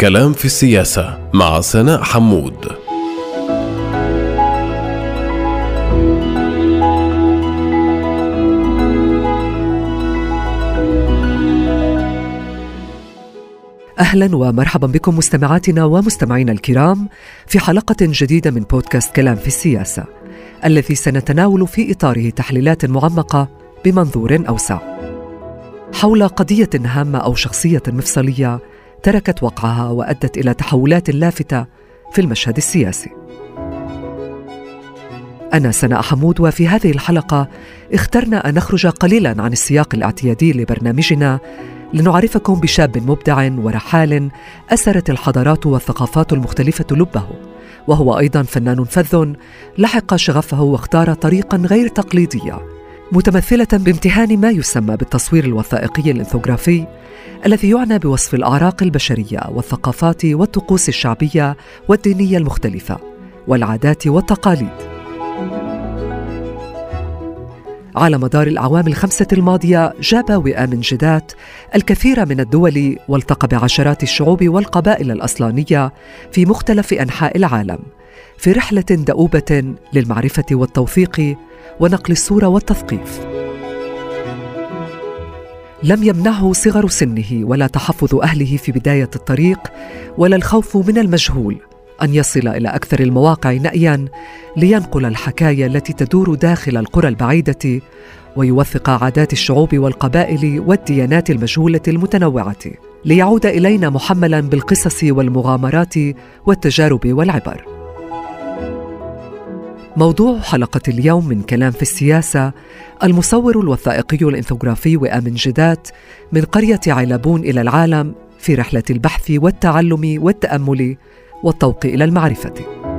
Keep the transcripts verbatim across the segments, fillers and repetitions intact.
كلام في السياسة مع سناء حمود. أهلا ومرحبا بكم مستمعاتنا ومستمعينا الكرام في حلقة جديدة من بودكاست كلام في السياسة، الذي سنتناول في إطاره تحليلات معمقة بمنظور أوسع حول قضية هامة أو شخصية مفصلية تركت وقعها وأدت إلى تحولات لافتة في المشهد السياسي. أنا سناء حمود، وفي هذه الحلقة اخترنا أن نخرج قليلاً عن السياق الاعتيادي لبرنامجنا لنعرفكم بشاب مبدع ورحال أسرت الحضارات والثقافات المختلفة لبه، وهو أيضاً فنان فذ لحق شغفه واختار طريقاً غير تقليدية متمثلة بامتهان ما يسمى بالتصوير الوثائقي الإنثوغرافي، الذي يعنى بوصف الأعراق البشرية والثقافات والطقوس الشعبية والدينية المختلفة والعادات والتقاليد. على مدار الأعوام الخمسة الماضية جاب وئام جدات الكثير من الدول والتقى بعشرات الشعوب والقبائل الأصلانية في مختلف أنحاء العالم في رحلة دؤوبة للمعرفة والتوثيق ونقل الصورة والتثقيف. لم يمنعه صغر سنه ولا تحفظ أهله في بداية الطريق ولا الخوف من المجهول أن يصل إلى أكثر المواقع نأياً لينقل الحكايا التي تدور داخل القرى البعيدة ويوثق عادات الشعوب والقبائل والديانات المجهولة المتنوعة، ليعود إلينا محملاً بالقصص والمغامرات والتجارب والعبر. موضوع حلقة اليوم من كلام في السياسة المصور الوثائقي الإنثوغرافي وئام جدات من قرية علبون إلى العالم في رحلة البحث والتعلم والتأمل والطوق إلى المعرفة.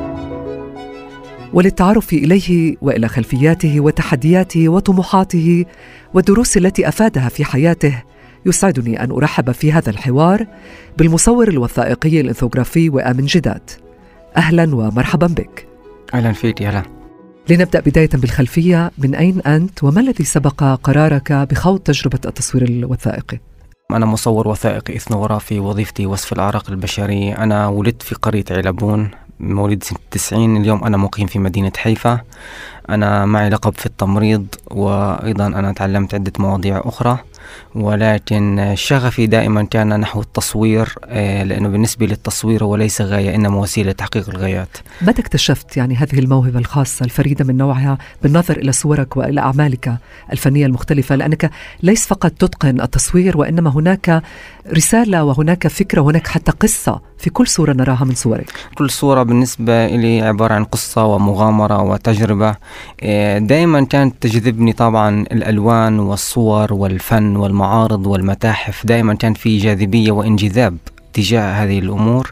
وللتعرف إليه وإلى خلفياته وتحدياته وطموحاته والدروس التي أفادها في حياته، يسعدني أن أرحب في هذا الحوار بالمصور الوثائقي الإنثوغرافي وئام جدات. أهلا ومرحبا بك. أهلا فيك. أهلا. لنبدأ بداية بالخلفية، من أين أنت وما الذي سبق قرارك بخوض تجربة التصوير الوثائقي؟ أنا مصور وثائقي إثنوغرافي، وظيفتي وصف الأعراق البشرية. أنا ولدت في قرية علبون، مولد سنة تسعين. اليوم أنا مقيم في مدينة حيفا. أنا معي لقب في التمريض، وأيضا أنا تعلمت عدة مواضيع أخرى، ولكن شغفي دائما كان نحو التصوير، لأنه بالنسبة للتصوير هو ليس غاية إنما وسيلة لتحقيق الغايات. متى اكتشفت يعني هذه الموهبة الخاصة الفريدة من نوعها بالنظر إلى صورك وإلى أعمالك الفنية المختلفة، لأنك ليس فقط تتقن التصوير وإنما هناك رسالة وهناك فكرة وهناك حتى قصة في كل صورة نراها من صورك؟ كل صورة بالنسبة لي عبارة عن قصة ومغامرة وتجربة. دائما كانت تجذبني طبعا الألوان والصور والفن والمعارض والمتاحف، دائما كان في جاذبية وانجذاب تجاه هذه الأمور،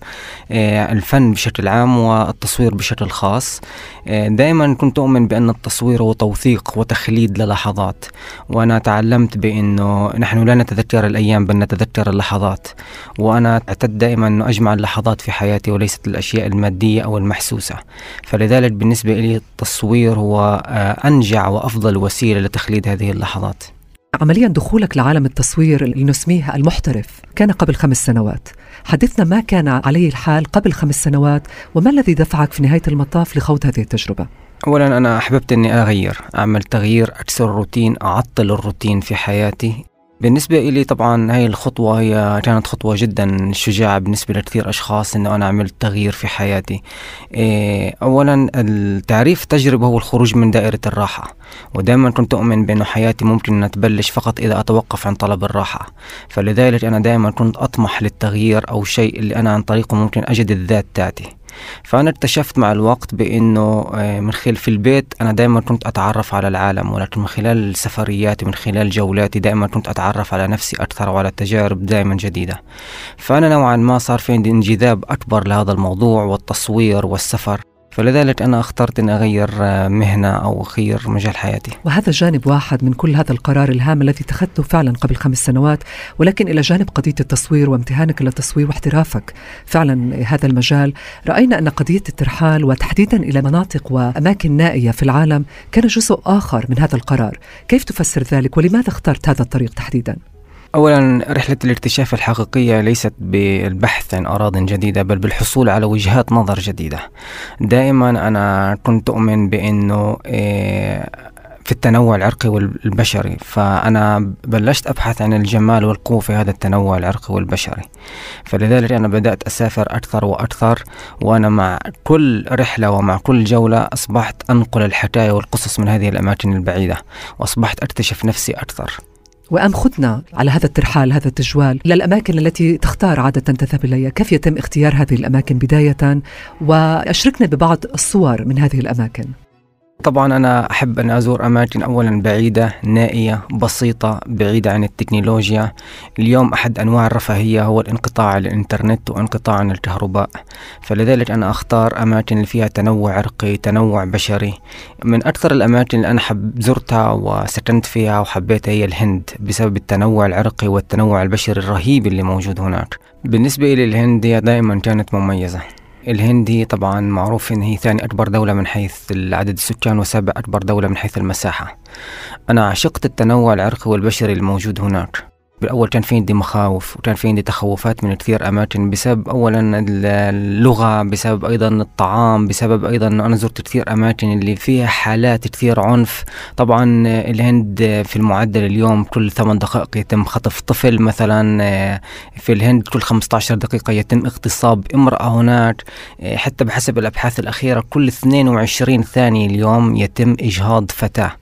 الفن بشكل عام والتصوير بشكل خاص. دائما كنت أؤمن بأن التصوير هو توثيق وتخليد للحظات، وأنا تعلمت بأنه نحن لا نتذكر الأيام بل نتذكر اللحظات، وأنا أعتد دائما أن أجمع اللحظات في حياتي وليست الأشياء المادية أو المحسوسة. فلذلك بالنسبة لي التصوير هو أنجع وأفضل وسيلة لتخليد هذه اللحظات. عمليا دخولك لعالم التصوير اللي نسميه المحترف كان قبل خمس سنوات. حدثنا ما كان عليه الحال قبل خمس سنوات وما الذي دفعك في نهاية المطاف لخوض هذه التجربة؟ أولا أنا أحببت أني أغير، أعمل تغيير، أكسر الروتين، أعطل الروتين في حياتي. بالنسبة إلي طبعا هاي الخطوة هي كانت خطوة جدا شجاعة بالنسبة لكثير أشخاص إنه أنا عملت تغيير في حياتي. إيه أولا التعريف تجربة هو الخروج من دائرة الراحة، ودائما كنت أؤمن بأنه حياتي ممكن أن تبلش فقط إذا أتوقف عن طلب الراحة. فلذلك أنا دائما كنت أطمح للتغيير أو شيء اللي أنا عن طريقه ممكن أجد الذات تاعتي. فأنا اكتشفت مع الوقت بأنه من خلال في البيت أنا دائما كنت أتعرف على العالم، ولكن من خلال سفرياتي من خلال جولاتي دائما كنت أتعرف على نفسي أكثر وعلى تجارب دائما جديدة. فأنا نوعا ما صار في عندي انجذاب أكبر لهذا الموضوع والتصوير والسفر، فلذلك أنا اخترت أن أغير مهنة أو أغير مجال حياتي. وهذا جانب واحد من كل هذا القرار الهام الذي اتخذته فعلا قبل خمس سنوات، ولكن إلى جانب قضية التصوير وامتهانك للتصوير واحترافك فعلا هذا المجال، رأينا أن قضية الترحال وتحديدا إلى مناطق وأماكن نائية في العالم كان جزء آخر من هذا القرار. كيف تفسر ذلك ولماذا اخترت هذا الطريق تحديدا؟ أولا، رحلة الاكتشاف الحقيقية ليست بالبحث عن أراضٍ جديدة، بل بالحصول على وجهات نظر جديدة. دائما أنا كنت أؤمن بأنه في التنوع العرقي والبشري، فأنا بلشت أبحث عن الجمال والقوة في هذا التنوع العرقي والبشري. فلذلك أنا بدأت أسافر أكثر وأكثر، وأنا مع كل رحلة ومع كل جولة أصبحت أنقل الحكاية والقصص من هذه الأماكن البعيدة، وأصبحت أكتشف نفسي أكثر. وأم خذنا على هذا الترحال، هذا التجوال للأماكن التي تختار عادة تذهب إليها. كيف يتم اختيار هذه الأماكن بداية؟ وأشركنا ببعض الصور من هذه الأماكن. طبعا أنا أحب أن أزور أماكن أولا بعيدة، نائية، بسيطة، بعيدة عن التكنولوجيا. اليوم أحد أنواع الرفاهية هو الانقطاع عن الإنترنت وانقطاع عن الكهرباء، فلذلك أنا أختار أماكن اللي فيها تنوع عرقي، تنوع بشري. من أكثر الأماكن اللي أنا حب زرتها وسكنت فيها وحبيتها هي الهند، بسبب التنوع العرقي والتنوع البشري الرهيب اللي موجود هناك. بالنسبة لي الهند هي دائما كانت مميزة. الهند هي طبعا معروف إن هي ثاني أكبر دولة من حيث عدد السكان، وسابع أكبر دولة من حيث المساحة. أنا عشقت التنوع العرقي والبشري الموجود هناك. بالأول كان في عندي مخاوف، وكان في عندي تخوفات من كثير أماكن، بسبب أولا اللغة، بسبب أيضا الطعام، بسبب أيضا أنه أنا زرت كثير أماكن اللي فيها حالات كثير عنف. طبعا الهند في المعدل اليوم كل ثمان دقائق يتم خطف طفل مثلا، في الهند كل خمسة عشر دقيقة يتم اغتصاب امرأة هناك، حتى بحسب الأبحاث الأخيرة كل اثنين وعشرين ثانية اليوم يتم إجهاض فتاة.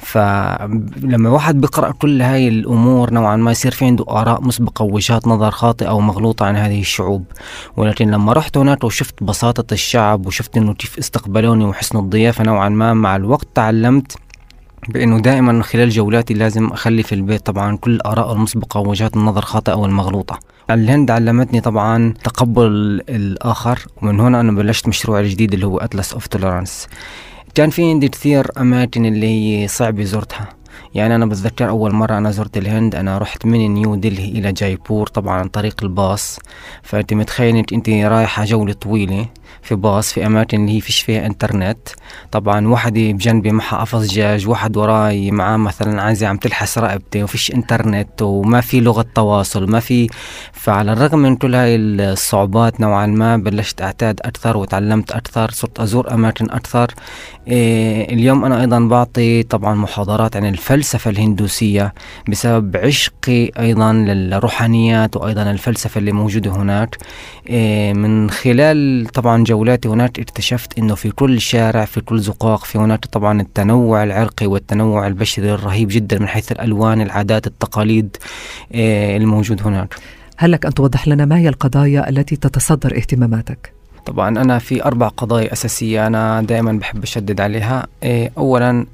فلما واحد بيقرأ كل هاي الأمور نوعا ما يصير في عنده آراء مسبقة ووجهات نظر خاطئة أو مغلوطة عن هذه الشعوب. ولكن لما رحت هناك وشفت بساطة الشعب، وشفت إنه كيف استقبلوني وحسن الضيافة، نوعا ما مع الوقت تعلمت بأنه دائما خلال جولاتي لازم أخلي في البيت طبعا كل الآراء المسبقة ووجهات النظر خاطئة أو المغلوطة. الهند علمتني طبعا تقبل الآخر، ومن هنا أنا بلشت مشروع جديد اللي هو أتلس أوف توليرانس. كان في عندي كثير أماكن اللي هي صعبة زرتها. يعني أنا بتذكر أول مرة أنا زرت الهند، أنا رحت من نيو دلهي إلى جايبور طبعا عن طريق الباص. فأنت متخيل أنت رايحة جولة طويلة في باص في أماكن اللي هي فيش فيها إنترنت. طبعا وحدي بجنبي معها قفص دجاج، واحد وراي معاه مثلا عايزة عم تلحس رقبتي، وفيش إنترنت وما في لغة تواصل، ما في. فعلى الرغم من كل هاي الصعوبات نوعا ما بلشت أعتاد أكثر وتعلمت أكثر، صرت أزور أماكن أكثر. إيه اليوم أنا أيضا بعطي طبعا محاضرات عن الفلسفة الهندوسية، بسبب عشقي أيضا للروحانيات وأيضا الفلسفة اللي موجودة هناك. إيه من خلال طبعا جولاتي هناك اكتشفت إنه في كل شارع، في كل زقاق، في هناك طبعا التنوع العرقي والتنوع البشري الرهيب جدا من حيث الألوان، العادات، التقاليد إيه الموجود هناك. هل لك أن توضح لنا ما هي القضايا التي تتصدر اهتماماتك؟ طبعا أنا في أربع قضايا أساسية أنا دائما بحب أشدد عليها. أولا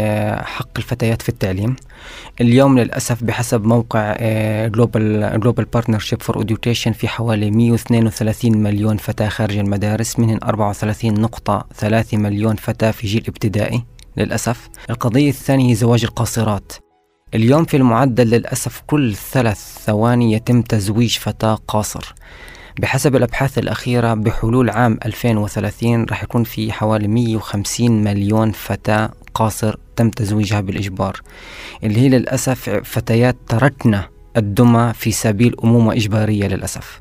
حق الفتيات في التعليم. اليوم للأسف بحسب موقع Global Global Partnership for Education في حوالي مئة واثنين وثلاثين مليون فتاة خارج المدارس، منهم أربعة وثلاثين نقطة ثلاثة مليون فتاة في جيل ابتدائي للأسف. القضية الثانية هي زواج القاصرات. اليوم في المعدل للأسف كل ثلاث ثواني يتم تزويج فتاة قاصر. بحسب الأبحاث الأخيرة بحلول عام ألفين وثلاثين راح يكون في حوالي مئة وخمسين مليون فتاة قاصر تم تزويجها بالإجبار، اللي هي للأسف فتيات تركنا الدمى في سبيل أمومة إجبارية للأسف.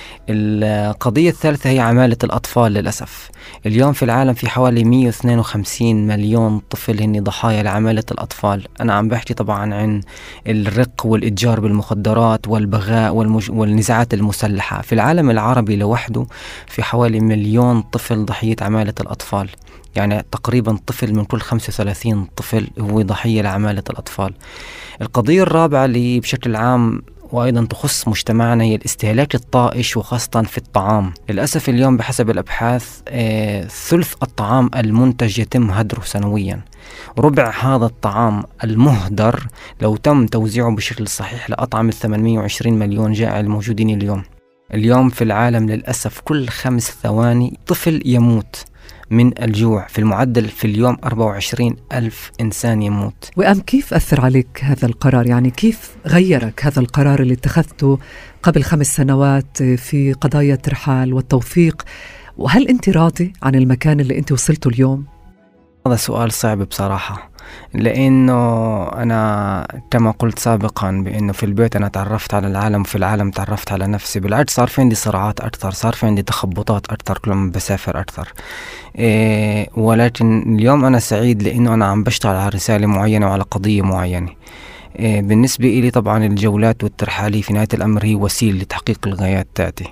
القضية الثالثة هي عمالة الأطفال للأسف. اليوم في العالم في حوالي مئة واثنين وخمسين مليون طفل هن ضحايا لعمالة الأطفال. أنا عم بحكي طبعا عن الرق والإتجار بالمخدرات والبغاء والمج... والنزاعات المسلحة. في العالم العربي لوحده في حوالي مليون طفل ضحية عمالة الأطفال، يعني تقريبا طفل من كل خمسة وثلاثين طفل هو ضحية لعمالة الأطفال. القضية الرابعة اللي بشكل عام وأيضا تخص مجتمعنا هي الاستهلاك الطائش، وخاصة في الطعام. للأسف اليوم بحسب الأبحاث آه ثلث الطعام المنتج يتم هدره سنويا. ربع هذا الطعام المهدر لو تم توزيعه بشكل صحيح لأطعم ثمانمئة وعشرين مليون جائع الموجودين اليوم. اليوم في العالم للأسف كل خمس ثواني طفل يموت من الجوع. في المعدل في اليوم أربعة وعشرين ألف إنسان يموت. وأم كيف أثر عليك هذا القرار؟ يعني كيف غيرك هذا القرار اللي اتخذته قبل خمس سنوات في قضايا الترحال والتوثيق؟ وهل أنت راضي عن المكان اللي أنت وصلته اليوم؟ هذا سؤال صعب بصراحة. لأنه أنا كما قلت سابقا بأنه في البيت أنا تعرفت على العالم، وفي العالم تعرفت على نفسي. بالعكس صار في عندي صراعات أكثر، صار في عندي تخبطات أكثر كل ما بسافر أكثر. إيه ولكن اليوم أنا سعيد لأنه أنا عم بشتغل على رسالة معينة وعلى قضية معينة. إيه بالنسبة إلي طبعا الجولات والترحالي في نهاية الأمر هي وسيلة لتحقيق الغايات تاعتي.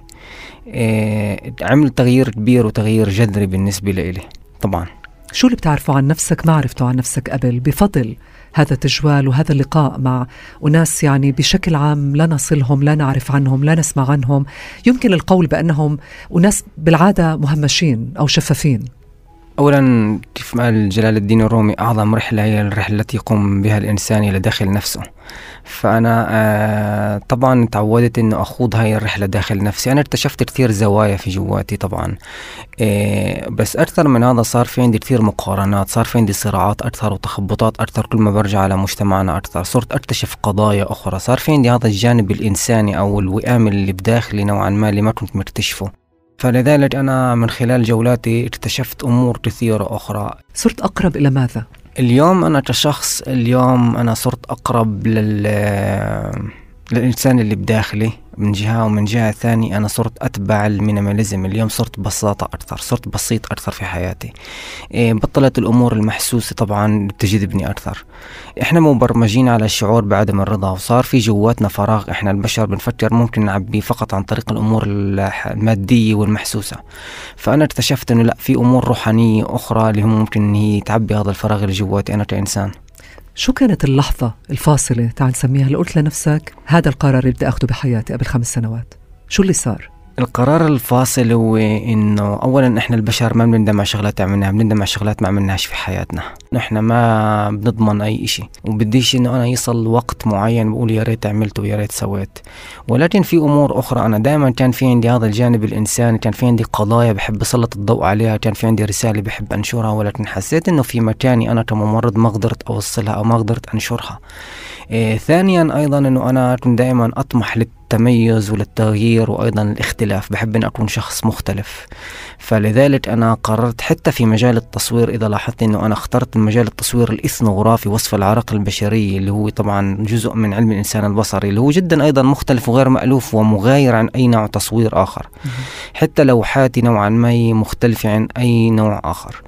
إيه عمل تغيير كبير وتغيير جذري بالنسبة لإلي طبعا. شو اللي بتعرفه عن نفسك ما عرفته عن نفسك قبل بفضل هذا التجوال وهذا اللقاء مع أناس يعني بشكل عام لا نصلهم، لا نعرف عنهم، لا نسمع عنهم؟ يمكن القول بأنهم أناس بالعادة مهمشين أو شفافين. أولا كيف ما قال جلال الدين الرومي، أعظم رحلة هي الرحلة التي يقوم بها الإنسان إلى داخل نفسه. فأنا آه طبعا تعودت أنه أخوض هاي الرحلة داخل نفسي. أنا اكتشفت كثير زوايا في جواتي طبعا، آه بس أكثر من هذا صار في عندي كثير مقارنات، صار في عندي صراعات أكثر وتخبطات أكثر كل ما برجع على مجتمعنا أكثر. صرت أكتشف قضايا أخرى، صار في عندي هذا الجانب الإنساني أو الوئام اللي بداخلي نوعا ما اللي ما كنت مكتشفه. فلذلك أنا من خلال جولاتي اكتشفت أمور كثيرة أخرى. صرت أقرب إلى ماذا؟ اليوم أنا كشخص اليوم أنا صرت أقرب لل... للإنسان اللي بداخلي من جهة، ومن جهة ثانية أنا صرت أتبع المينيماليزم. اليوم صرت بساطة أكثر، صرت بسيط أكثر في حياتي. إيه بطلت الأمور المحسوسة طبعا بتجذبني أكثر. إحنا مبرمجين على الشعور بعدم الرضا، وصار في جواتنا فراغ إحنا البشر بنفكر ممكن نعبيه فقط عن طريق الأمور المادية والمحسوسة. فأنا اكتشفت إنه لا، في أمور روحانية أخرى اللي هم ممكن هي تعبي هذا الفراغ اللي جواتي أنا كإنسان. شو كانت اللحظة الفاصلة تعال نسميها اللي قلت لنفسك هذا القرار اللي بدي أخده بحياتي قبل خمس سنوات؟ شو اللي صار؟ القرار الفاصل هو إنه أولاً إحنا البشر ما بنندم على شغلات عملناها، بنندم على شغلات ما عملناهاش في حياتنا. نحن ما بنضمن أي إشي، وبديش إنه أنا يصل وقت معين بقول يا ريت عملت ويا ريت سويت. ولكن في أمور أخرى أنا دائماً كان في عندي هذا الجانب الإنساني، كان في عندي قضايا بحب أسلط الضوء عليها، كان في عندي رسالة بحب أنشرها، ولكن حسيت إنه في مكاني أنا كممرض ما قدرت أوصلها أو ما قدرت أنشرها. إيه ثانياً أيضاً إنه أنا كنت دائماً أطمح للتميز وللتغيير وأيضاً الاختلاف، بحب أن أكون شخص مختلف. فلذلك أنا قررت حتى في مجال التصوير، إذا لاحظت أنه أنا اخترت مجال التصوير الإثنوغرافي، وصف العراقة البشرية اللي هو طبعا جزء من علم الإنسان البصري اللي هو جدا أيضا مختلف وغير مألوف ومغاير عن أي نوع تصوير آخر. حتى لوحاتي نوعا ما مختلفة عن أي نوع آخر.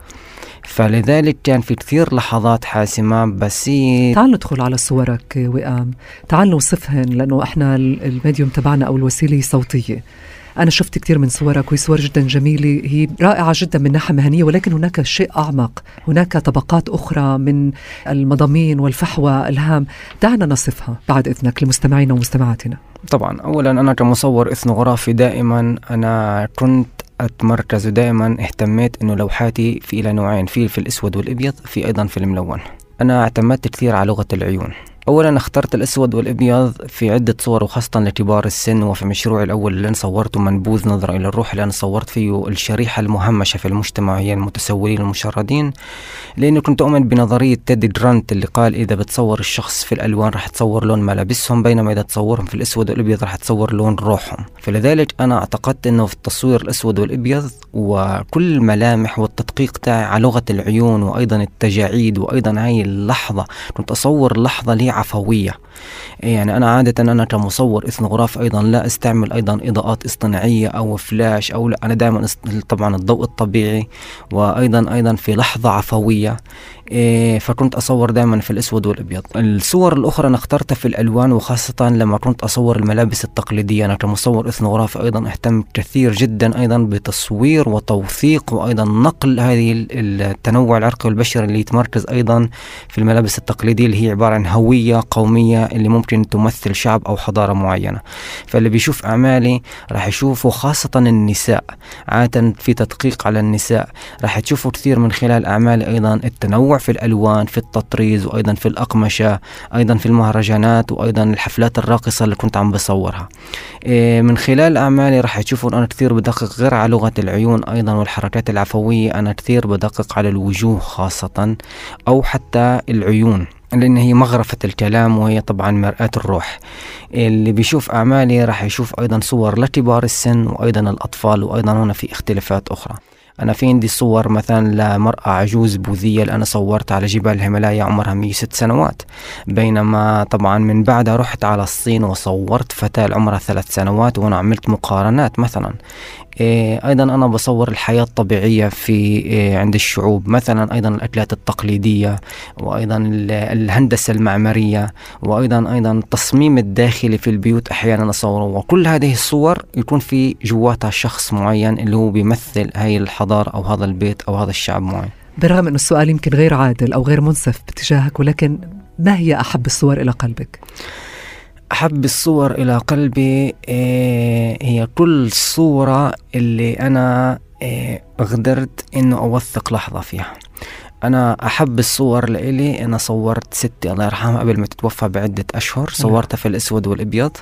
فلذلك كان في كثير لحظات حاسمة. بس تعال ندخل على صورك وئام، تعال نوصفهن، لأنه إحنا الميديوم تبعنا أو الوسيلة صوتية. أنا شفت كثير من صورك وهي صور جدا جميلة، هي رائعة جدا من ناحية مهنية، ولكن هناك شيء أعمق، هناك طبقات أخرى من المضامين والفحوى الهام. دعنا نصفها بعد إذنك لمستمعينا ومستمعاتنا. طبعا أولا أنا كمصور إثنوغرافي دائما أنا كنت أتمركز ودائما اهتميت إنه لوحاتي في إلى نوعين، في في الأسود والأبيض، في أيضا في الملون. أنا اعتمدت كثير على لغة العيون. أولا اخترت الأسود والأبيض في عدة صور وخاصة لكبار السن، وفي مشروعي الأول اللي أنا صورته منبوذ نظرة إلى الروح اللي أنا صورت فيه الشريحة المهمشة في المجتمع هي المتسولين المشردين، لأنه كنت أؤمن بنظرية تيدي جرانت اللي قال إذا بتصور الشخص في الألوان راح تصور لون ملابسهم، بينما إذا تصورهم في الأسود والأبيض راح تصور لون روحهم. فلذلك أنا اعتقدت أنه في التصوير الأسود والأبيض وكل الملامح والتدقيق تاعي على لغة العيون وأيضا التجاعيد وأيضا هاي اللحظة، كنت أصور اللحظة لي عفوية. يعني أنا عادة أنا كمصور إثنوغراف أيضا لا أستعمل أيضا إضاءات اصطناعية أو فلاش أو لا، أنا دائما طبعا الضوء الطبيعي وأيضا أيضا في لحظة عفوية. إيه فكنت أصور دائما في الأسود والأبيض. الصور الأخرى أنا اخترتها في الألوان، وخاصة لما كنت أصور الملابس التقليدية. أنا كمصور إثنوغرافي أيضا أهتم كثير جدا أيضا بتصوير وتوثيق وأيضا نقل هذه التنوع العرقي والبشري اللي يتمركز أيضا في الملابس التقليدية اللي هي عبارة عن هوية قومية اللي ممكن تمثل شعب أو حضارة معينة. فاللي بيشوف أعمالي راح يشوفوا خاصة النساء، عادة في تدقيق على النساء راح تشوفوا كثير من خلال أعمالي أيضا التنوع في الألوان، في التطريز وأيضا في الأقمشة، أيضا في المهرجانات وأيضا الحفلات الراقصة اللي كنت عم بصورها. إيه من خلال أعمالي راح تشوفوا أنا كثير بدقق غير على لغة العيون أيضا والحركات العفوية، أنا كثير بدقق على الوجوه خاصة أو حتى العيون، لأن هي مغرفة الكلام وهي طبعا مرآة الروح. اللي بيشوف أعمالي راح يشوف أيضا صور لكبار السن وأيضا الأطفال، وأيضا هنا في اختلافات أخرى. أنا في عندي صور مثلا لمرأة عجوز بوذية اللي أنا صورتها على جبال الهيمالايا عمرها مية وست سنوات، بينما طبعا من بعدها رحت على الصين وصورت فتاة عمرها ثلاث سنوات وأنا عملت مقارنات مثلا. إيه أيضا أنا بصور الحياة الطبيعية في إيه عند الشعوب، مثلا أيضا الأكلات التقليدية، وأيضا الهندسة المعمارية، وأيضا أيضا التصميم الداخلي في البيوت أحيانا أصوره. وكل هذه الصور يكون في جواتها شخص معين اللي هو بيمثل هاي الحضارة أو هذا البيت أو هذا الشعب معين. بالرغم أن السؤال يمكن غير عادل أو غير منصف باتجاهك، ولكن ما هي أحب الصور إلى قلبك؟ أحب الصور إلى قلبي إيه هي كل صورة اللي أنا إيه قدرت إنه أوثق لحظة فيها. أنا أحب الصور لإلي، أنا صورت ستي الله يرحمها قبل ما تتوفى بعدة أشهر، صورتها في الأسود والأبيض،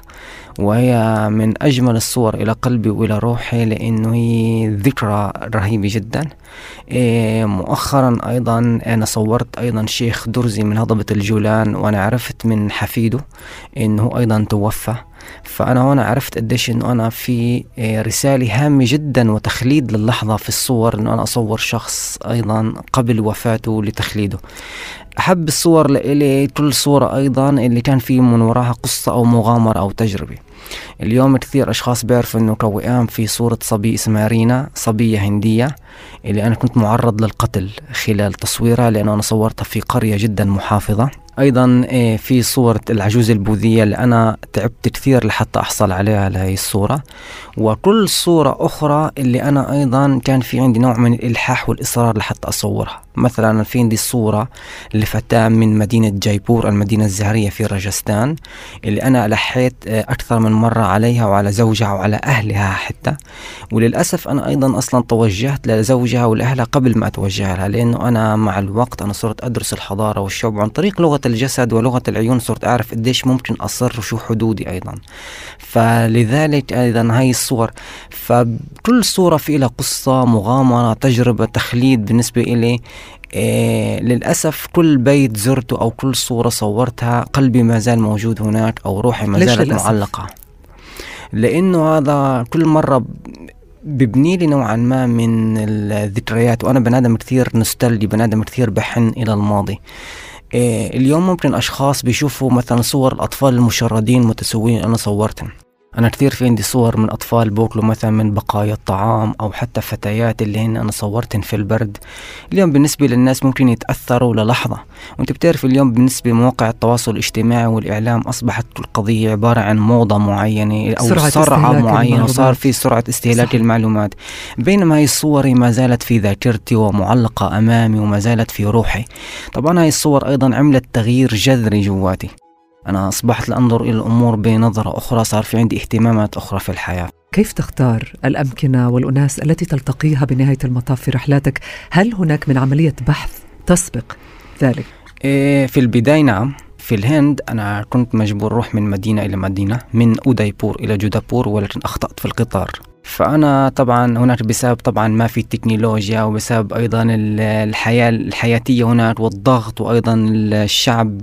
وهي من أجمل الصور إلى قلبي وإلى روحي لأنه هي ذكرى رهيبة جدا. إيه مؤخرا أيضا أنا صورت أيضا شيخ درزي من هضبة الجولان، وأنا عرفت من حفيده أنه أيضا توفى، فأنا هنا عرفت قديش أنه أنا في رسالة هامة جدا وتخليد للحظة في الصور، أنه أنا أصور شخص أيضا قبل وفاته لتخليده. أحب الصور لإلي كل صورة أيضا اللي كان فيه من وراها قصة أو مغامرة أو تجربة. اليوم كثير أشخاص بيعرفوا أنه كوئام في صورة صبي اسمها رينا، صبية هندية اللي أنا كنت معرض للقتل خلال تصويرها لأنه أنا صورتها في قرية جدا محافظة. أيضا في صورة العجوز البوذية اللي أنا تعبت كثير لحتى أحصل عليها لهي الصورة، وكل صورة أخرى اللي أنا أيضا كان في عندي نوع من الإلحاح والإصرار لحتى أصورها. مثلا في عندي صورة لفتاة من مدينة جايبور، المدينة الزهرية في راجستان، اللي أنا لحيت أكثر من مرة عليها وعلى زوجها وعلى أهلها حتى، وللأسف أنا أيضا أصلا توجهت لزوجها ولأهلها قبل ما أتوجه لها، لأنه أنا مع الوقت أنا صرت أدرس الحضارة والشعب عن طريق لغة الجسد ولغة العيون، صرت أعرف قديش ممكن أصر وشو حدودي أيضا. فلذلك أيضا هاي الصور، فكل صورة في لها قصة، مغامرة، تجربة، تخليد بالنسبة إلي. إيه للأسف كل بيت زرته أو كل صورة صورتها قلبي ما زال موجود هناك أو روحي ما زالت معلقة، لأنه هذا كل مرة ببني لي نوعا ما من الذكريات، وأنا بنادم كثير نوستالجي، بنادم كثير بحن إلى الماضي. إيه اليوم ممكن أشخاص بيشوفوا مثلا صور الأطفال المشردين متسولين أنا صورتهم. أنا كثير في عندي صور من أطفال بوكلوا مثلا من بقايا الطعام، أو حتى فتيات اللي هن أنا صورتن في البرد. اليوم بالنسبة للناس ممكن يتأثروا للحظة، وأنت بتعرف اليوم بالنسبة لمواقع التواصل الاجتماعي والإعلام أصبحت القضية عبارة عن موضة معينة أو سرعة, سرعة معينة، وصار في سرعة استهلاك المعلومات، بينما هاي الصور ما زالت في ذاكرتي ومعلقة أمامي وما زالت في روحي. طبعا هاي الصور أيضا عملت تغيير جذري جواتي، أنا أصبحت لأنظر إلى الأمور بنظرة أخرى، صار في عندي اهتمامات أخرى في الحياة. كيف تختار الأمكنة والأناس التي تلتقيها بنهاية المطاف في رحلاتك؟ هل هناك من عملية بحث تسبق ذلك؟ إيه في البداية نعم. في الهند أنا كنت مجبور أروح من مدينة إلى مدينة، من أودايبور إلى جودابور، ولكن أخطأت في القطار. فأنا طبعا هناك بسبب طبعا ما في تكنولوجيا، وبسبب أيضا الحياة الحياتية هناك والضغط، وأيضا الشعب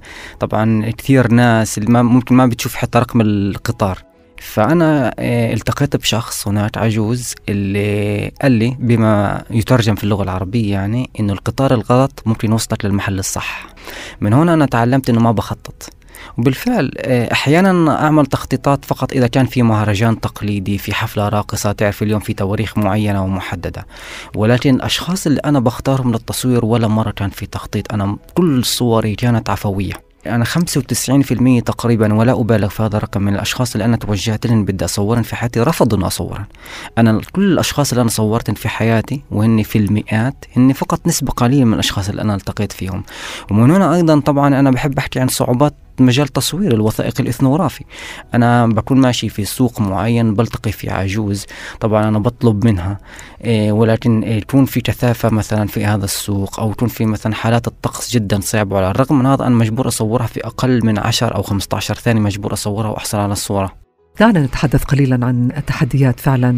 طبعا كثير ناس اللي ممكن ما بتشوف حتى رقم القطار. فأنا التقيت بشخص هناك عجوز اللي قال لي بما يترجم في اللغة العربية يعني إنه القطار الغلط ممكن يوصلك للمحل الصح. من هنا أنا تعلمت إنه ما بخطط، وبالفعل أحيانا أعمل تخطيطات فقط إذا كان في مهرجان تقليدي، في حفلة راقصة، تعرف اليوم في تواريخ معينة ومحددة، ولكن الأشخاص اللي أنا بختارهم للتصوير ولا مرة كان في تخطيط. أنا كل صوري كانت عفوية. أنا خمسة وتسعين بالمئة تقريبا ولا أبالغ في هذا الرقم من الأشخاص اللي أنا توجهت لهم بدي أصورن في حياتي رفضوا أن أصورن. أنا كل الأشخاص اللي أنا صورتن في حياتي وهن في المئات، هن فقط نسبة قليلة من الأشخاص اللي أنا التقيت فيهم. ومن هنا أيضا طبعا أنا بحب أحكي عن صعوبات مجال تصوير الوثائق الإثنوغرافي. أنا بكون ماشي في سوق معين بلتقي في عجوز، طبعا أنا بطلب منها إيه ولكن إيه يكون في كثافة مثلا في هذا السوق، أو يكون في مثلا حالات الطقس جدا صعبة، وعلى الرغم من هذا أنا مجبور أصورها في أقل من عشر أو خمسة عشر ثانية، مجبور أصورها وأحصل على الصورة. دعنا نتحدث قليلا عن التحديات فعلا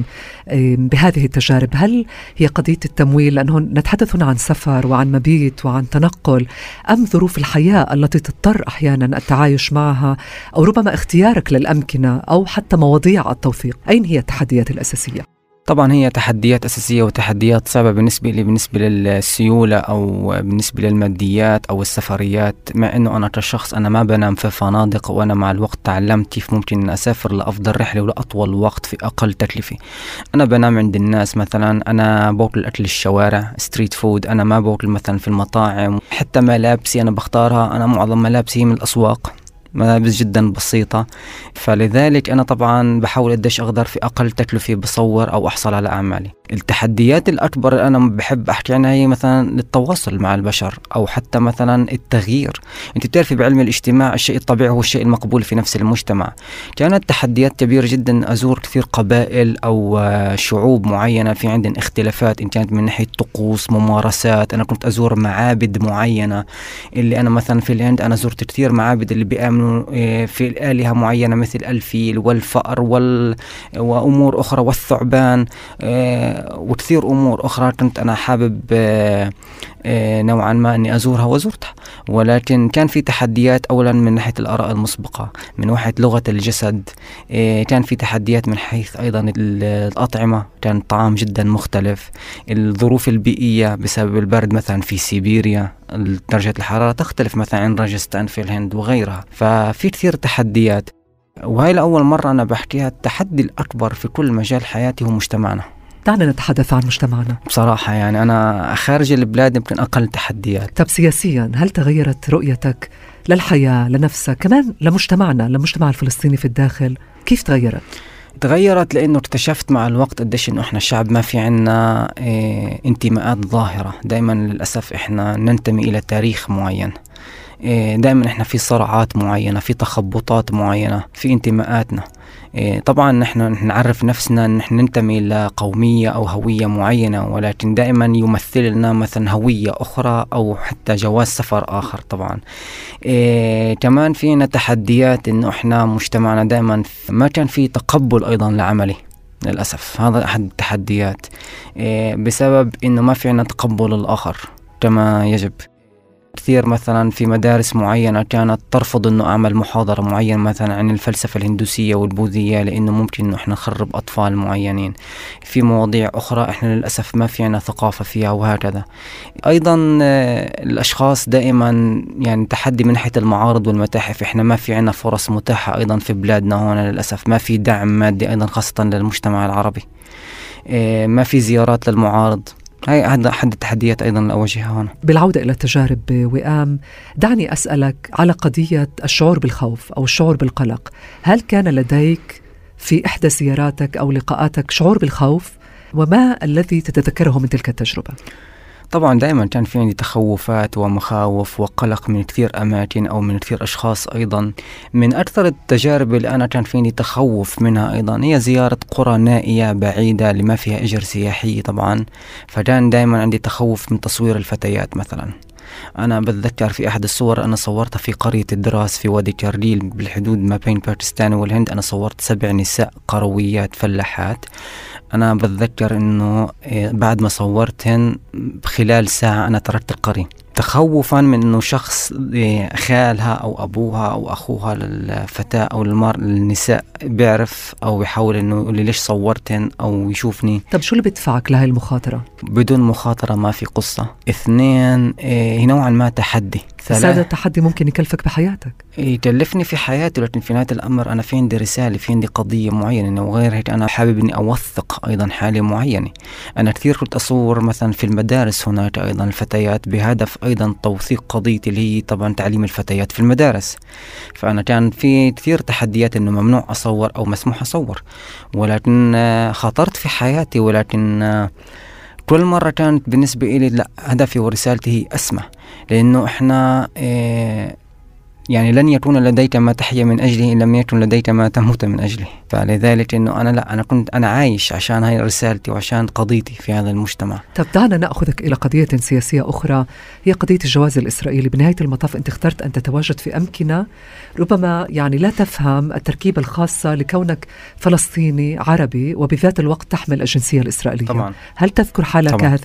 بهذه التجارب. هل هي قضية التمويل، لأنه نتحدث هنا عن سفر وعن مبيت وعن تنقل، أم ظروف الحياة التي تضطر أحيانا التعايش معها، أو ربما اختيارك للأمكنة، أو حتى مواضيع التوثيق؟ أين هي التحديات الأساسية؟ طبعا هي تحديات أساسية وتحديات صعبة بالنسبة لي، بالنسبة للسيولة أو بالنسبة للماديات أو السفريات. مع أنه أنا كشخص أنا ما بنام في فنادق، وأنا مع الوقت تعلمت كيف ممكن أن أسافر لأفضل رحلة ولأطول وقت في أقل تكلفة. أنا بنام عند الناس مثلا، أنا باكل أكل الشوارع ستريت فود، أنا ما باكل مثلا في المطاعم. حتى ملابسي أنا بختارها، أنا معظم ملابسي من الأسواق، ملابس جدا بسيطة. فلذلك أنا طبعا بحاول قديش أقدر في أقل تكلفة بصور أو أحصل على أعمالي. التحديات الأكبر اللي أنا بحب أحكي عنها هي مثلا التواصل مع البشر، أو حتى مثلا التغيير. أنت بتعرفي بعلم الاجتماع الشيء الطبيعي هو الشيء المقبول في نفس المجتمع. كانت تحديات كبيرة جدا، أزور كثير قبائل أو شعوب معينة في عندن اختلافات، إن كانت من ناحية طقوس، ممارسات. أنا كنت أزور معابد معينة، اللي أنا مثلا في الهند أنا زرت كثير معابد اللي بيآمنوا في الآلهة معينة مثل الفيل والفأر وال... وأمور أخرى والثعبان وكثير أمور أخرى. كنت أنا حابب نوعا ما أني أزورها وزرتها، ولكن كان في تحديات. أولا من ناحية الآراء المسبقة، من ناحية لغة الجسد، كان في تحديات من حيث أيضا الأطعمة، كان طعام جدا مختلف. الظروف البيئية بسبب البرد مثلا في سيبيريا درجة الحرارة تختلف مثلا عن راجستان في الهند وغيرها. ففي كثير تحديات، وهي لأول مرة أنا بحكيها. التحدي الأكبر في كل مجال حياتي هو مجتمعنا. دعنا نتحدث عن مجتمعنا. بصراحة يعني أنا خارج البلاد يمكن أقل تحديات. طب سياسيا هل تغيرت رؤيتك للحياة، لنفسك، كمان لمجتمعنا، للمجتمع الفلسطيني في الداخل؟ كيف تغيرت؟ تغيرت لأنه اكتشفت مع الوقت قديش إنه إحنا الشعب ما في عنا إيه انتماءات ظاهرة. دائما للأسف إحنا ننتمي إلى تاريخ معين، دائما احنا في صراعات معينة، في تخبطات معينة في انتماءاتنا. طبعا نحن نعرف نفسنا ان نحن ننتمي لقومية او هوية معينة، ولكن دائما يمثل لنا مثلا هوية اخرى او حتى جواز سفر اخر. طبعا إيه كمان فينا تحديات انه احنا مجتمعنا دائما ما كان في تقبل ايضا لعملي للأسف. هذا احد التحديات، إيه بسبب انه ما في عنا تقبل الاخر كما يجب. كثير مثلا في مدارس معينة كانت ترفض أنه أعمل محاضرة معينة مثلا عن الفلسفة الهندوسية والبوذية، لأنه ممكن أنه إحنا نخرب أطفال معينين. في مواضيع أخرى إحنا للأسف ما في عنا ثقافة فيها، وهكذا. أيضا الأشخاص دائما يعني تحدي من ناحية المعارض والمتاحف. إحنا ما في عنا فرص متاحة أيضا في بلادنا هنا للأسف. ما في دعم مادي أيضا خاصة للمجتمع العربي. ما في زيارات للمعارض. هاي هذا أحد التحديات أيضا اللي أواجهها هنا. بالعودة إلى التجارب وئام، دعني أسألك على قضية الشعور بالخوف أو الشعور بالقلق. هل كان لديك في إحدى زياراتك أو لقاءاتك شعور بالخوف؟ وما الذي تتذكره من تلك التجربة؟ طبعا دائما كان في عندي تخوفات ومخاوف وقلق من كثير أماكن أو من كثير أشخاص. أيضا من أكثر التجارب اللي أنا كان في عندي تخوف منها أيضا هي زيارة قرى نائية بعيدة اللي ما فيها إجر سياحي طبعا. فكان دائما عندي تخوف من تصوير الفتيات مثلا. أنا بتذكر في أحد الصور أنا صورتها في قرية الدراس في وادي كارليل بالحدود ما بين باكستان والهند. أنا صورت سبع نساء قرويات فلاحات. أنا بتذكر أنه بعد ما صورتهن خلال ساعة أنا تركت القرية، تخوفا من أنه شخص خالها أو أبوها أو أخوها للفتاة أو المرأة النساء بيعرف أو بيحاول أنه يقول لي ليش صورتهن أو يشوفني. طب شو اللي بدفعك لهي المخاطرة؟ بدون مخاطرة ما في قصة. اثنين هي نوعا ما تحدي. هذا التحدي ممكن يكلفك بحياتك، يكلفني في حياتي، لكن في نهاية الأمر أنا في عندي رسالة، في عندي قضية معينة. وغير هيك أنا حابب أني أوثق أيضا حالة معينة. أنا كثير كنت أصور مثلا في المدارس هناك أيضا الفتيات بهدف أيضا توثيق قضيتي اللي هي طبعا تعليم الفتيات في المدارس. فأنا كان في كثير تحديات أنه ممنوع أصور أو مسموح أصور، ولكن خاطرت في حياتي. ولكن كل مرة كانت بالنسبة إلي لا، هدفي ورسالتي هي أسمى، لأنه إحنا إيه يعني لن يكون لديك ما تحيا من أجله إن لم يكن لديك ما تموت من أجله. فلذلك إنه أنا لا، أنا كنت أنا عايش عشان هاي رسالتي وعشان قضيتي في هذا المجتمع. طب دعنا نأخذك إلى قضية سياسية أخرى، هي قضية الجواز الإسرائيلي. بنهاية المطاف أنت اخترت أن تتواجد في أمكنة ربما يعني لا تفهم التركيبة الخاصة لكونك فلسطيني عربي وبذات الوقت تحمل الجنسية الإسرائيلية. طبعا. هل تذكر حالك طبعا. هذه؟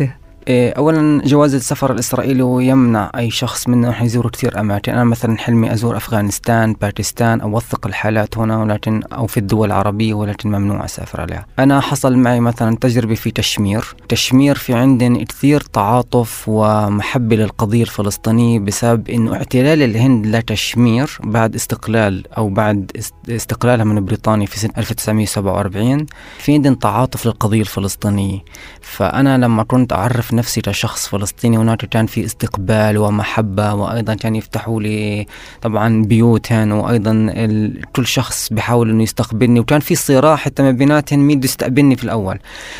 أولا جواز السفر الإسرائيلي يمنع أي شخص منا أن يزور كثير أماكن. أنا مثلا حلمي أزور أفغانستان، باكستان، أوثق الحالات هنا ولكن أو في الدول العربية، ولكن ممنوع أسافر عليها. أنا حصل معي مثلا تجربة في تشمير تشمير في عندنا كثير تعاطف ومحبة للقضية الفلسطينية بسبب إنه احتلال الهند لتشمير بعد استقلال أو بعد استقلالها من بريطانيا في سنة ألف وتسعمائة وسبعة وأربعين. في عندنا تعاطف للقضية الفلسطينية، فأنا لما كنت أعرف نفسي كشخص فلسطيني هناك كان في استقبال ومحبة، وأيضا كان يفتحوا لي طبعا بيوت هنا، وأيضا كل شخص بيحاول إنه يستقبلني، وكان في صراع حتى ما بيناتهم مين بده يستقبلني في الأول.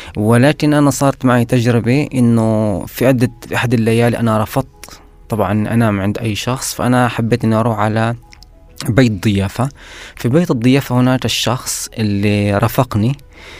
ولكن أنا صارت معي تجربة إنه في عدة أحد الليالي أنا رفضت طبعا أنام عند أي شخص، فأنا حبيت إني أروح على بيت ضيافة. في بيت الضيافة هناك الشخص اللي رافقني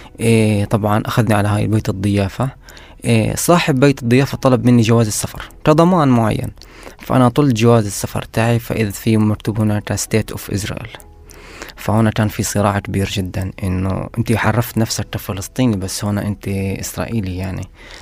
إيه طبعا أخذني على هاي بيت الضيافة. إيه صاحب بيت الضيافة طلب مني جواز السفر كضمان معين، فأنا طلت جواز السفر تاعي، فإذا في مكتوب هناك State of Israel. فهنا كان في صراع كبير جدا إنه أنت حرفت نفسك كفلسطيني بس هنا أنت إسرائيلي يعني،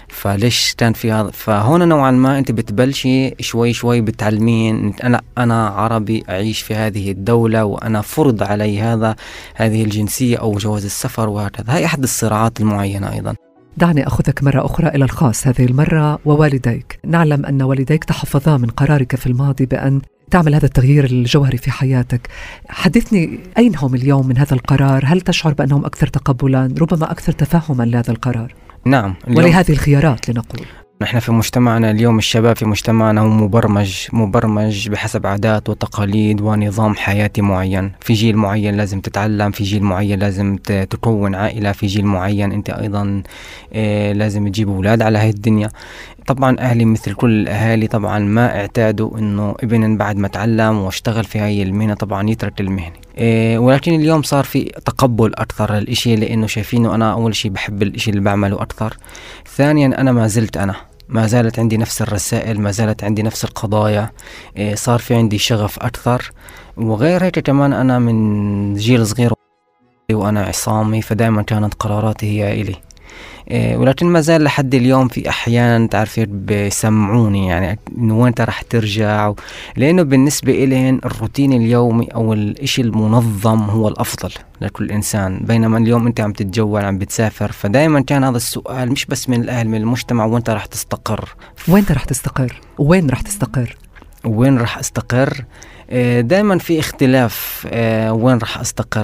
فليش كان في هذا؟ فهنا نوعا ما أنت بتبلشي شوي شوي بتعلمين أنا أنا عربي أعيش في هذه الدولة وأنا فرض علي هذا هذه الجنسية أو جواز السفر وهكذا. هاي أحد الصراعات المعينة. أيضا دعني أخذك مرة أخرى إلى الخاص، هذه المرة ووالديك. نعلم أن والديك تحفظا من قرارك في الماضي بأن تعمل هذا التغيير الجوهري في حياتك. حدثني، أين هم اليوم من هذا القرار؟ هل تشعر بأنهم أكثر تقبلا، ربما أكثر تفهما لهذا القرار؟ نعم، ولهذه الخيارات لنقول. نحن في مجتمعنا اليوم الشباب في مجتمعنا هو مبرمج مبرمج بحسب عادات وتقاليد ونظام حياتي معين. في جيل معين لازم تتعلم، في جيل معين لازم تكون عائلة، في جيل معين أنت أيضا إيه لازم تجيب أولاد على هاي الدنيا. طبعا أهلي مثل كل الأهالي طبعا ما اعتادوا إنه ابن بعد ما تعلم واشتغل في هاي المهنة طبعا يترك المهنة. إيه ولكن اليوم صار في تقبل أكثر للإشي، لأنه شايفينه أنا أول شيء بحب الإشي اللي بعمله أكثر. ثانيا أنا ما زلت أنا ما زالت عندي نفس الرسائل، ما زالت عندي نفس القضايا. إيه صار في عندي شغف أكثر. وغير هيك كمان أنا من جيل صغير وأنا عصامي، فدائما كانت قراراتي هي إلي. إيه ولكن ما زال لحد اليوم في أحيانا تعرفين بيسمعوني يعني إنه وين أنت رح ترجع، لأنه بالنسبة إلين الروتين اليومي أو الإشي المنظم هو الأفضل لكل إنسان، بينما اليوم أنت عم تتجول عم بتسافر. فدائما كان هذا السؤال مش بس من الأهل، من المجتمع، وين أنت رح تستقر؟ وين أنت رح تستقر؟ وين رح تستقر؟ وين رح أستقر؟ إيه دائما في اختلاف. إيه وين رح أستقر؟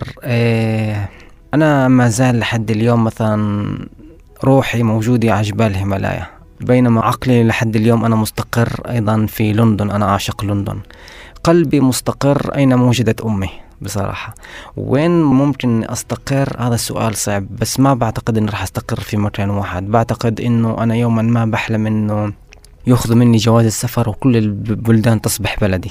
إيه أنا ما زال لحد اليوم مثلا روحي موجودة على جبال الهيمالايا، بينما عقلي لحد اليوم أنا مستقر أيضا في لندن. أنا عاشق لندن. قلبي مستقر أين وجدت أمي بصراحة. وين ممكن أستقر؟ هذا السؤال صعب، بس ما بعتقد أني رح أستقر في مكان واحد. بعتقد أنه أنا يوما ما بحلم أنه يأخذ مني جواز السفر وكل البلدان تصبح بلدي،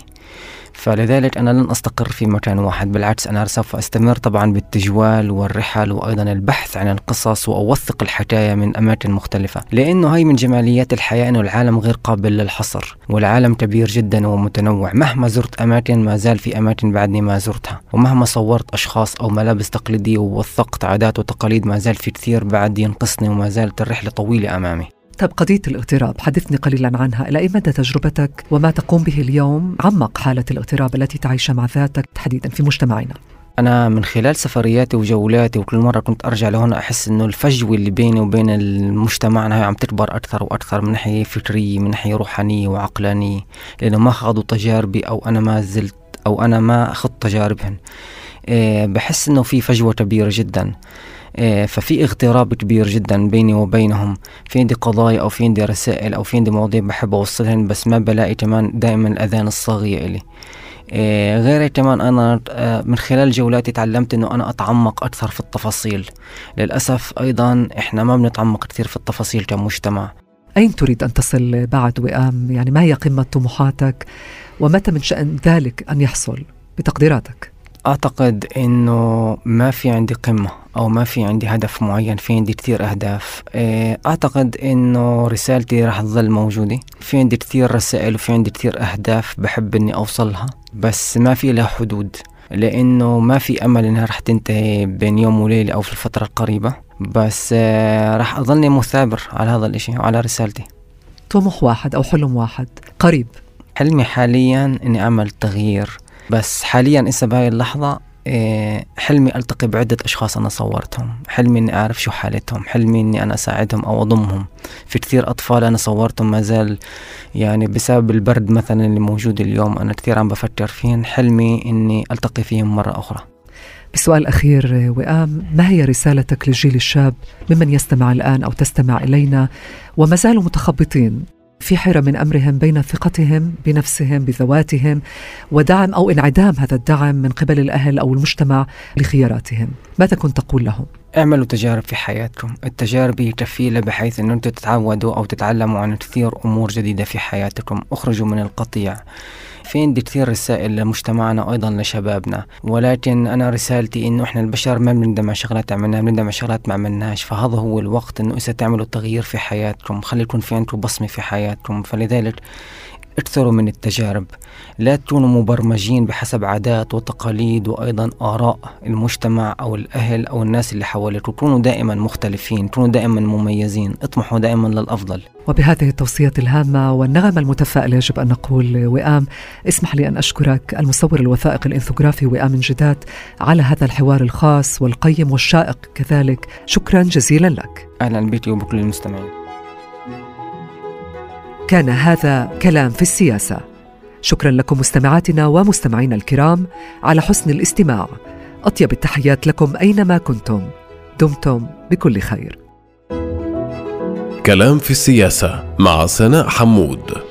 فلذلك أنا لن أستقر في مكان واحد. بالعكس أنا سوف أستمر طبعا بالتجوال والرحل وأيضا البحث عن القصص وأوثق الحكاية من أماكن مختلفة، لأنه هاي من جماليات الحياة أنه العالم غير قابل للحصر، والعالم كبير جدا ومتنوع. مهما زرت أماكن ما زال في أماكن بعدني ما زرتها، ومهما صورت أشخاص أو ملابس تقليدية ووثقت عادات وتقاليد ما زال في كثير بعد ينقصني، وما زالت الرحلة طويلة أمامي. طب قضية الاغتراب حدثني قليلا عنها. إلى أي مدى تجربتك وما تقوم به اليوم عمق حالة الاغتراب التي تعيشها مع ذاتك تحديدا في مجتمعنا؟ أنا من خلال سفرياتي وجولاتي وكل مرة كنت أرجع لهنا أحس إنه الفجوة اللي بيني وبين المجتمع هي عم تكبر أكثر وأكثر، من ناحية فكرية، من ناحية روحانية وعقلانية، لأنه ما خاضوا تجاربي أو أنا ما زلت أو أنا ما أخذت تجاربهم. أه بحس إنه في فجوة كبيرة جدا. ففي اغتراب كبير جدا بيني وبينهم. في عندي قضايا أو في عندي رسائل أو في عندي مواضيع بحب أوصلهن، بس ما بلاقي كمان دائما الأذان الصاغية إلي. غير كمان أنا من خلال جولاتي تعلمت أنه أنا أتعمق أكثر في التفاصيل. للأسف أيضا إحنا ما بنتعمق كثير في التفاصيل كمجتمع. أين تريد أن تصل بعد وئام؟ يعني ما هي قمة طموحاتك ومتى من شأن ذلك أن يحصل بتقديراتك؟ أعتقد إنه ما في عندي قمة أو ما في عندي هدف معين، في عندي كثير أهداف. أعتقد إنه رسالتي رح تظل موجودة. في عندي كثير رسائل وفي عندي كثير أهداف بحب إني أوصلها، بس ما في لها حدود، لأنه ما في أمل إنها رح تنتهي بين يوم وليلة أو في الفترة القريبة. بس رح أظلني مثابر على هذا الإشي وعلى رسالتي. طموح واحد أو حلم واحد قريب؟ حلمي حاليا إني أعمل تغيير، بس حاليا إسا بهاي اللحظة حلمي ألتقي بعدة أشخاص أنا صورتهم، حلمي إني أعرف شو حالتهم، حلمي إني أنا أساعدهم أو أضمهم. في كثير أطفال أنا صورتهم ما زال يعني بسبب البرد مثلا اللي موجود اليوم أنا كثير عم بفكر فيهم، حلمي إني ألتقي فيهم مرة أخرى. بسؤال أخير وئام، ما هي رسالتك للجيل الشاب ممن يستمع الآن أو تستمع إلينا وما زالوا متخبطين في حيرة من أمرهم بين ثقتهم بنفسهم بذواتهم ودعم أو انعدام هذا الدعم من قبل الأهل أو المجتمع لخياراتهم؟ ماذا كنت تقول لهم؟ اعملوا تجارب في حياتكم، التجارب هي كفيلة بحيث أن أنتم تتعودوا أو تتعلموا عن كثير أمور جديدة في حياتكم. اخرجوا من القطيع. في عندي كثير رسائل لمجتمعنا وأيضا لشبابنا، ولكن أنا رسالتي إنه إحنا البشر ما بنندم على شغلات عملناها، بنندم على شغلات ما عملناش. فهذا هو الوقت إنه إذا تعملوا تغيير في حياتكم، خلي يكون في عندكم بصمة في حياتكم. فلذلك اكثروا من التجارب، لا تكونوا مبرمجين بحسب عادات وتقاليد وأيضا آراء المجتمع أو الأهل أو الناس اللي حواليكم. كونوا دائما مختلفين، كونوا دائما مميزين، اطمحوا دائما للأفضل. وبهذه التوصية الهامة والنغمة المتفائلة يجب أن نقول وئام، اسمح لي أن أشكرك المصور الوثائقي الإنثوغرافي وئام انجداد على هذا الحوار الخاص والقيم والشائق كذلك. شكرا جزيلا لك. أهلا بك وبكل المستمعين. كان هذا كلام في السياسة. شكرا لكم مستمعاتنا ومستمعينا الكرام على حسن الاستماع. أطيب التحيات لكم أينما كنتم، دمتم بكل خير. كلام في السياسة مع سناء حمود.